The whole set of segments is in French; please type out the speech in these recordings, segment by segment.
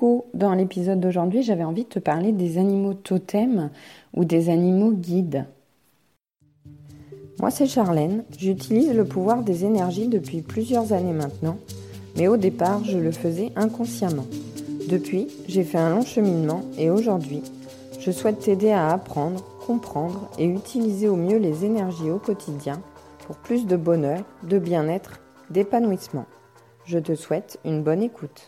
Coucou, dans l'épisode d'aujourd'hui, j'avais envie de te parler des animaux totems ou des animaux guides. Moi, c'est Charlène, j'utilise le pouvoir des énergies depuis plusieurs années maintenant, mais au départ, je le faisais inconsciemment. Depuis, j'ai fait un long cheminement et aujourd'hui, je souhaite t'aider à apprendre, comprendre et utiliser au mieux les énergies au quotidien pour plus de bonheur, de bien-être, d'épanouissement. Je te souhaite une bonne écoute.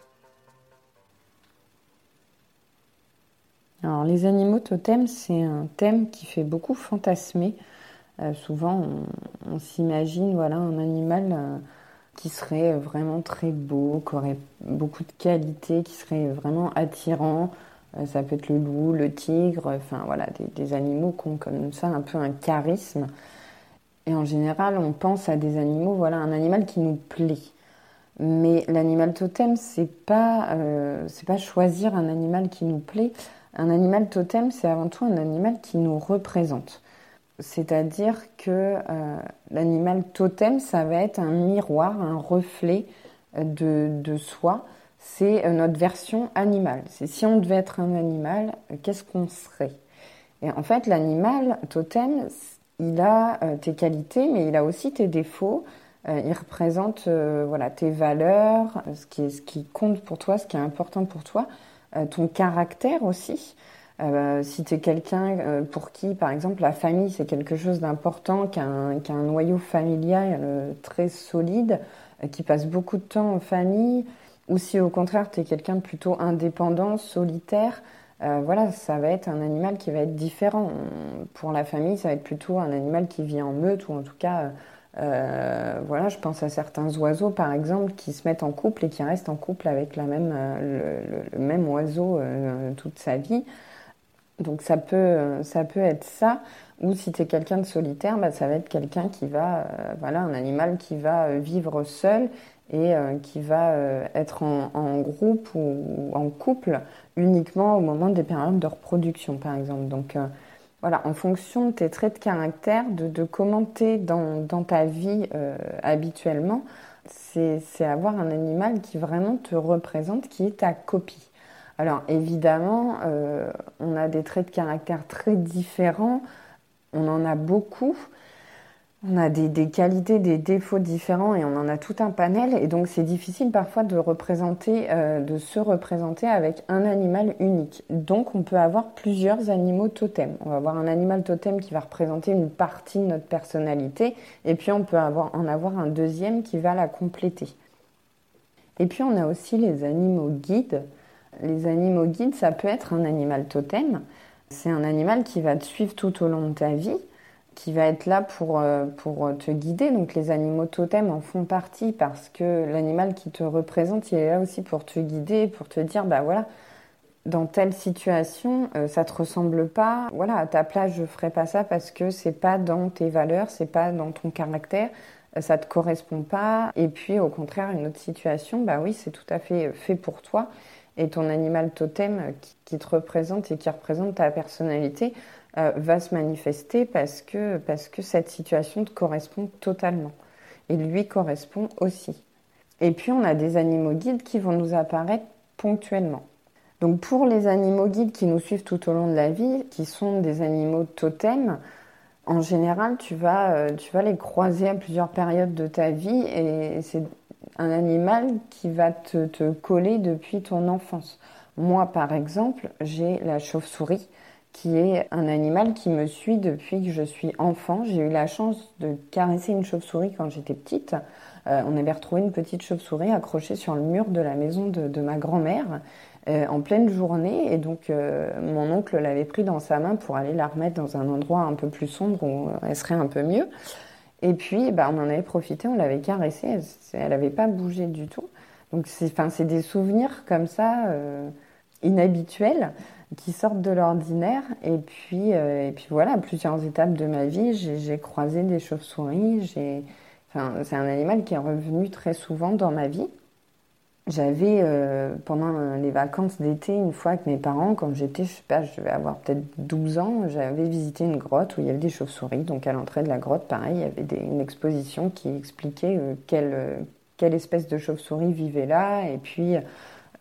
Alors, les animaux totems, c'est un thème qui fait beaucoup fantasmer. Souvent, on s'imagine un animal qui serait vraiment très beau, qui aurait beaucoup de qualités, qui serait vraiment attirant. Ça peut être le loup, le tigre, des animaux qui ont comme ça un peu un charisme. Et en général, on pense à des animaux, un animal qui nous plaît. Mais l'animal totem, c'est pas choisir un animal qui nous plaît. Un animal totem, c'est avant tout un animal qui nous représente. C'est-à-dire que l'animal totem, ça va être un miroir, un reflet de soi. C'est notre version animale. C'est si on devait être un animal, qu'est-ce qu'on serait? Et en fait, l'animal totem, il a tes qualités, mais il a aussi tes défauts. Il représente tes valeurs, ce qui compte pour toi, ce qui est important pour toi, ton caractère aussi. Si tu es quelqu'un pour qui, par exemple, la famille, c'est quelque chose d'important, qui a un noyau familial très solide, qui passe beaucoup de temps en famille, ou si au contraire, tu es quelqu'un de plutôt indépendant, solitaire, ça va être un animal qui va être différent. Pour la famille, ça va être plutôt un animal qui vit en meute, ou en tout cas, je pense à certains oiseaux, par exemple, qui se mettent en couple et qui restent en couple avec le même oiseau toute sa vie. Donc ça peut être ça, ou si tu es quelqu'un de solitaire, ça va être quelqu'un qui va, un animal qui va vivre seul et qui va être en groupe ou en couple uniquement au moment des périodes de reproduction, par exemple. Donc en fonction de tes traits de caractère, de comment tu es dans ta vie habituellement, c'est avoir un animal qui vraiment te représente, qui est ta copie. Alors évidemment, on a des traits de caractère très différents, on en a beaucoup, on a des qualités, des défauts différents et on en a tout un panel. Et donc c'est difficile parfois de se représenter avec un animal unique. Donc on peut avoir plusieurs animaux totems. On va avoir un animal totem qui va représenter une partie de notre personnalité et puis on peut en avoir un deuxième qui va la compléter. Et puis on a aussi les animaux guides. Les animaux guides, ça peut être un animal totem. C'est un animal qui va te suivre tout au long de ta vie, qui va être là pour te guider. Donc les animaux totems en font partie parce que l'animal qui te représente, il est là aussi pour te guider, pour te dire, dans telle situation, ça te ressemble pas. À ta place, je ferai pas ça parce que c'est pas dans tes valeurs, c'est pas dans ton caractère. Ça te correspond pas. Et puis au contraire, une autre situation, c'est tout à fait fait pour toi. Et ton animal totem qui te représente et qui représente ta personnalité va se manifester parce que cette situation te correspond totalement. Et lui correspond aussi. Et puis on a des animaux guides qui vont nous apparaître ponctuellement. Donc pour les animaux guides qui nous suivent tout au long de la vie, qui sont des animaux totems, en général, tu vas les croiser à plusieurs périodes de ta vie et c'est un animal qui va te coller depuis ton enfance. Moi, par exemple, j'ai la chauve-souris, qui est un animal qui me suit depuis que je suis enfant. J'ai eu la chance de caresser une chauve-souris quand j'étais petite. On avait retrouvé une petite chauve-souris accrochée sur le mur de la maison de ma grand-mère en pleine journée. Et donc, mon oncle l'avait pris dans sa main pour aller la remettre dans un endroit un peu plus sombre où elle serait un peu mieux. Et puis, on en avait profité, on l'avait caressée, elle n'avait pas bougé du tout. Donc, c'est des souvenirs comme ça, inhabituels, qui sortent de l'ordinaire. Et puis à plusieurs étapes de ma vie, j'ai croisé des chauves-souris. C'est un animal qui est revenu très souvent dans ma vie. J'avais, pendant les vacances d'été, une fois avec mes parents, quand je devais avoir peut-être 12 ans, j'avais visité une grotte où il y avait des chauves-souris. Donc à l'entrée de la grotte, pareil, il y avait une exposition qui expliquait quelle espèce de chauve-souris vivait là. Et puis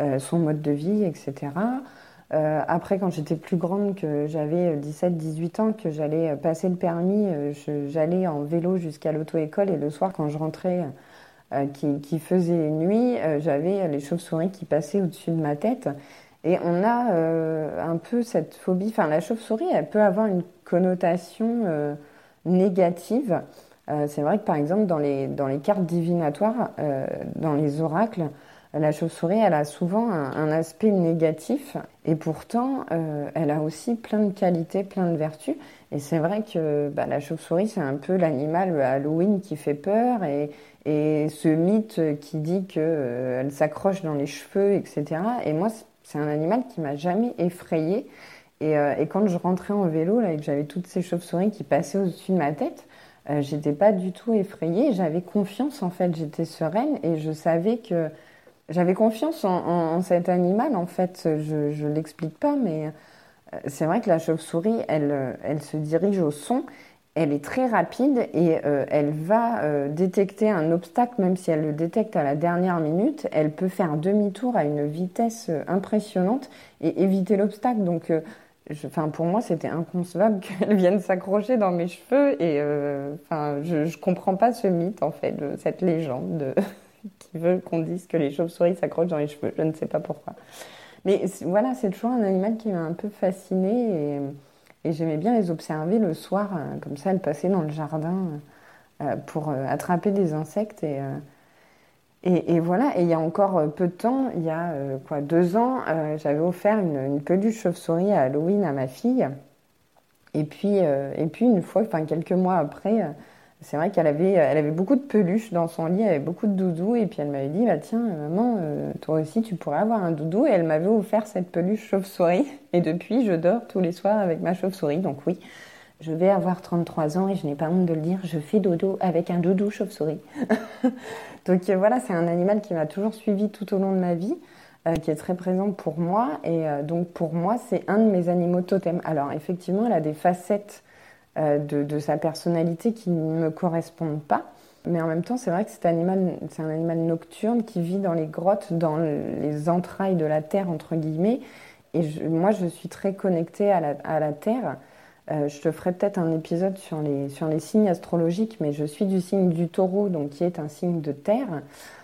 son mode de vie, etc. Après, quand j'étais plus grande, que j'avais 17-18 ans, que j'allais passer le permis, j'allais en vélo jusqu'à l'auto-école et le soir, quand je rentrais, qui faisait nuit, j'avais les chauves-souris qui passaient au-dessus de ma tête. Et on a un peu cette phobie. Enfin, la chauve-souris, elle peut avoir une connotation négative. C'est vrai que par exemple, dans les cartes divinatoires, dans les oracles, la chauve-souris, elle a souvent un aspect négatif. Et pourtant, elle a aussi plein de qualités, plein de vertus. Et c'est vrai que la chauve-souris, c'est un peu l'animal Halloween qui fait peur. Et ce mythe qui dit qu'elle s'accroche dans les cheveux, etc. Et moi, c'est un animal qui m'a jamais effrayée. Et quand je rentrais en vélo là, et que j'avais toutes ces chauves-souris qui passaient au-dessus de ma tête, j'étais pas du tout effrayée. J'avais confiance en fait, j'étais sereine et je savais que j'avais confiance en cet animal en fait. Je l'explique pas, mais c'est vrai que la chauve-souris, elle se dirige au son. Elle est très rapide et elle va détecter un obstacle, même si elle le détecte à la dernière minute. Elle peut faire demi-tour à une vitesse impressionnante et éviter l'obstacle. Donc, pour moi, c'était inconcevable qu'elle vienne s'accrocher dans mes cheveux. Et je comprends pas ce mythe, en fait, cette légende qui veut qu'on dise que les chauves-souris s'accrochent dans les cheveux. Je ne sais pas pourquoi. Mais voilà, c'est toujours un animal qui m'a un peu fascinée et j'aimais bien les observer le soir, comme ça, elles passaient dans le jardin pour attraper des insectes. Et voilà, et il y a encore peu de temps, il y a 2 ans, j'avais offert une peluche chauve-souris à Halloween à ma fille. Et puis une fois, quelques mois après, c'est vrai elle avait beaucoup de peluches dans son lit, elle avait beaucoup de doudous. Et puis elle m'avait dit, bah tiens, maman, toi aussi tu pourrais avoir un doudou. Et elle m'avait offert cette peluche chauve-souris. Et depuis, je dors tous les soirs avec ma chauve-souris. Donc oui, je vais avoir 33 ans et je n'ai pas honte de le dire, je fais dodo avec un doudou chauve-souris. Donc voilà, c'est un animal qui m'a toujours suivi tout au long de ma vie. Qui est très présente pour moi. Et donc pour moi, c'est un de mes animaux totems. Alors effectivement, elle a des facettes de sa personnalité qui ne me correspondent pas. Mais en même temps, c'est vrai que c'est un animal nocturne qui vit dans les grottes, dans les entrailles de la terre, entre guillemets. Et moi, je suis très connectée à la terre. Je te ferai peut-être un épisode sur les signes astrologiques, mais je suis du signe du taureau, donc qui est un signe de terre.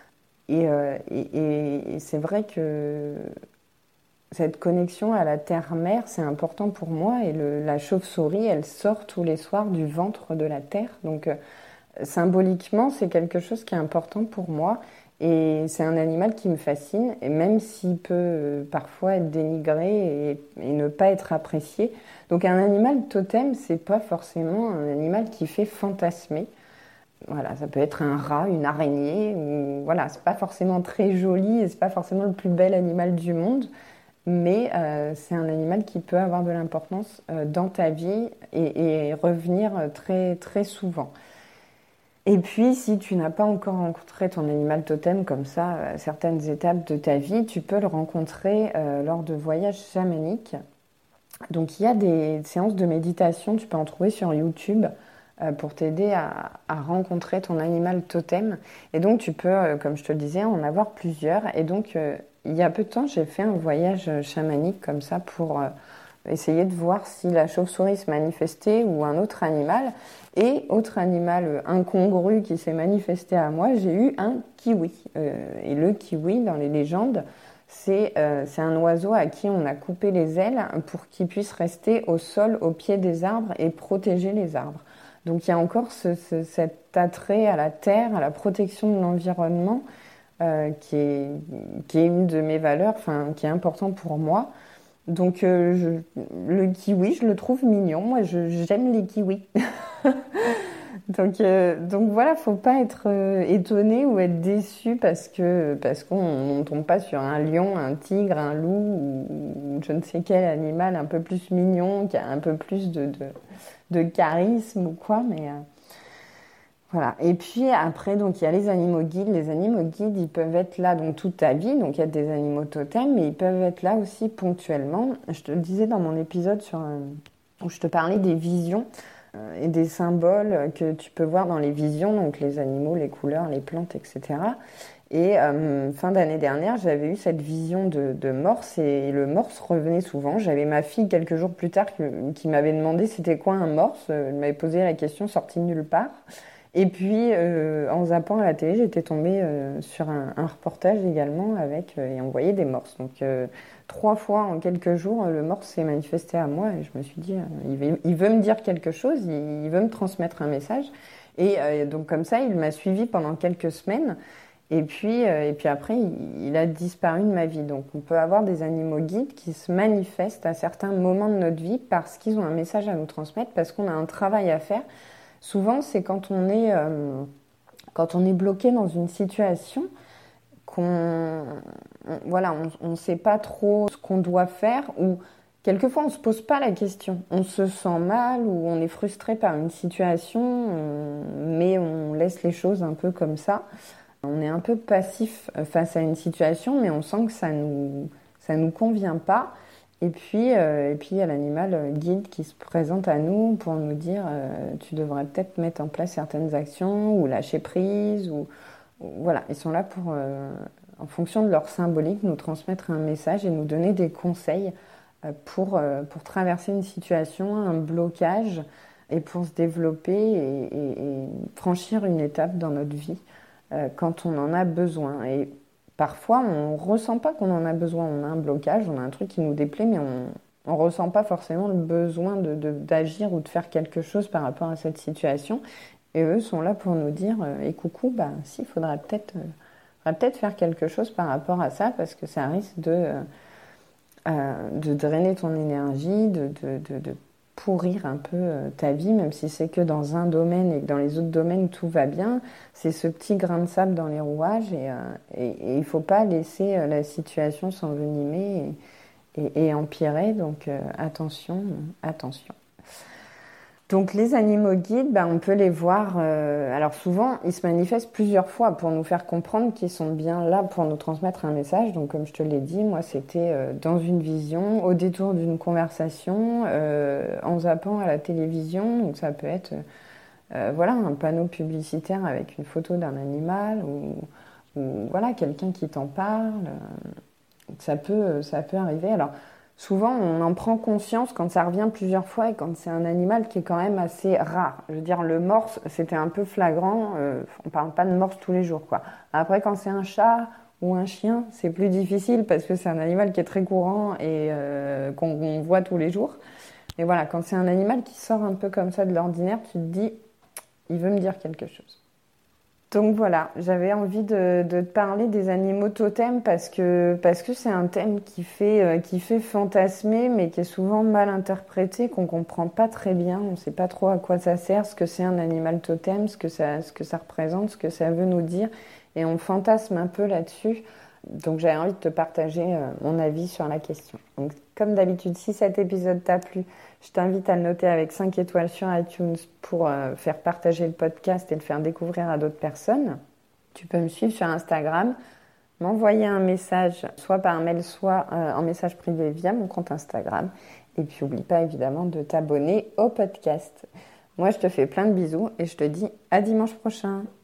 Et c'est vrai que cette connexion à la terre-mère, c'est important pour moi. Et la chauve-souris, elle sort tous les soirs du ventre de la terre. Donc, symboliquement, c'est quelque chose qui est important pour moi. Et c'est un animal qui me fascine. Et même s'il peut parfois être dénigré et ne pas être apprécié. Donc, un animal totem, c'est pas forcément un animal qui fait fantasmer. Voilà, ça peut être un rat, une araignée, ou voilà, c'est pas forcément très joli et c'est pas forcément le plus bel animal du monde, mais c'est un animal qui peut avoir de l'importance dans ta vie et revenir très très souvent. Et puis, si tu n'as pas encore rencontré ton animal totem comme ça, à certaines étapes de ta vie, tu peux le rencontrer lors de voyages chamaniques. Donc, il y a des séances de méditation, tu peux en trouver sur YouTube pour t'aider à rencontrer ton animal totem. Et donc, tu peux, comme je te le disais, en avoir plusieurs. Et donc, il y a peu de temps, j'ai fait un voyage chamanique comme ça pour essayer de voir si la chauve-souris se manifestait ou un autre animal. Et autre animal incongru qui s'est manifesté à moi, j'ai eu un kiwi. Et le kiwi, dans les légendes, c'est un oiseau à qui on a coupé les ailes pour qu'il puisse rester au sol, au pied des arbres et protéger les arbres. Donc il y a encore cet attrait à la terre, à la protection de l'environnement qui est une de mes valeurs, qui est important pour moi. Donc le kiwi, je le trouve mignon. Moi, j'aime les kiwis. Donc voilà, faut pas être étonné ou être déçu parce qu'on ne tombe pas sur un lion, un tigre, un loup ou je ne sais quel animal un peu plus mignon, qui a un peu plus de charisme ou quoi, mais voilà. Et puis après, donc il y a les animaux guides. Les animaux guides, ils peuvent être là donc toute ta vie. Donc il y a des animaux totems, mais ils peuvent être là aussi ponctuellement. Je te le disais dans mon épisode où je te parlais des visions et des symboles que tu peux voir dans les visions, donc les animaux, les couleurs, les plantes, etc. Et fin d'année dernière, j'avais eu cette vision de morse et le morse revenait souvent. J'avais ma fille quelques jours plus tard qui m'avait demandé c'était quoi un morse. Elle m'avait posé la question sortie de nulle part. Et puis en zappant à la télé, j'étais tombée sur un reportage également avec et on voyait des morses. Donc 3 fois en quelques jours, le morse s'est manifesté à moi et je me suis dit il veut me dire quelque chose, il veut me transmettre un message. Et donc comme ça, il m'a suivi pendant quelques semaines. Et puis après, il a disparu de ma vie. Donc, on peut avoir des animaux guides qui se manifestent à certains moments de notre vie parce qu'ils ont un message à nous transmettre, parce qu'on a un travail à faire. Souvent, c'est quand on est bloqué dans une situation, voilà, on ne sait pas trop ce qu'on doit faire ou quelquefois on ne se pose pas la question. On se sent mal ou on est frustré par une situation, mais on laisse les choses un peu comme ça. On est un peu passif face à une situation, mais on sent que ça nous convient pas. Et puis, il y a l'animal guide qui se présente à nous pour nous dire tu devrais peut-être mettre en place certaines actions ou lâcher prise. Voilà, ils sont là pour, en fonction de leur symbolique, nous transmettre un message et nous donner des conseils pour traverser une situation, un blocage et pour se développer et franchir une étape dans notre vie quand on en a besoin. Et parfois, on ne ressent pas qu'on en a besoin. On a un blocage, on a un truc qui nous déplaît, mais on ne ressent pas forcément le besoin d'agir ou de faire quelque chose par rapport à cette situation. Et eux sont là pour nous dire et coucou, bah, si, faudrait peut-être faire quelque chose par rapport à ça, parce que ça risque de drainer ton énergie, de pourrir un peu ta vie, même si c'est que dans un domaine et que dans les autres domaines tout va bien. C'est ce petit grain de sable dans les rouages et il ne faut pas laisser la situation s'envenimer et empirer. Donc attention. Donc les animaux guides, bah, on peut les voir. Alors souvent, ils se manifestent plusieurs fois pour nous faire comprendre qu'ils sont bien là pour nous transmettre un message. Donc comme je te l'ai dit, moi c'était dans une vision, au détour d'une conversation, en zappant à la télévision. Donc ça peut être voilà, un panneau publicitaire avec une photo d'un animal ou voilà, quelqu'un qui t'en parle. Ça peut arriver. Alors souvent, on en prend conscience quand ça revient plusieurs fois et quand c'est un animal qui est quand même assez rare. Je veux dire, le morse, c'était un peu flagrant. On parle pas de morse tous les jours, quoi. Après, quand c'est un chat ou un chien, c'est plus difficile parce que c'est un animal qui est très courant et qu'on voit tous les jours. Mais voilà, quand c'est un animal qui sort un peu comme ça de l'ordinaire, tu te dis, il veut me dire quelque chose. Donc voilà, j'avais envie de te parler des animaux totems parce que c'est un thème qui fait fantasmer mais qui est souvent mal interprété, qu'on comprend pas très bien, on sait pas trop à quoi ça sert, ce que c'est un animal totem, ce que ça représente, ce que ça veut nous dire et on fantasme un peu là-dessus. Donc j'avais envie de te partager mon avis sur la question. Donc comme d'habitude, si cet épisode t'a plu, je t'invite à le noter avec 5 étoiles sur iTunes pour faire partager le podcast et le faire découvrir à d'autres personnes. Tu peux me suivre sur Instagram, m'envoyer un message, soit par mail, soit en message privé via mon compte Instagram. Et puis n'oublie pas évidemment de t'abonner au podcast. Moi, je te fais plein de bisous et je te dis à dimanche prochain.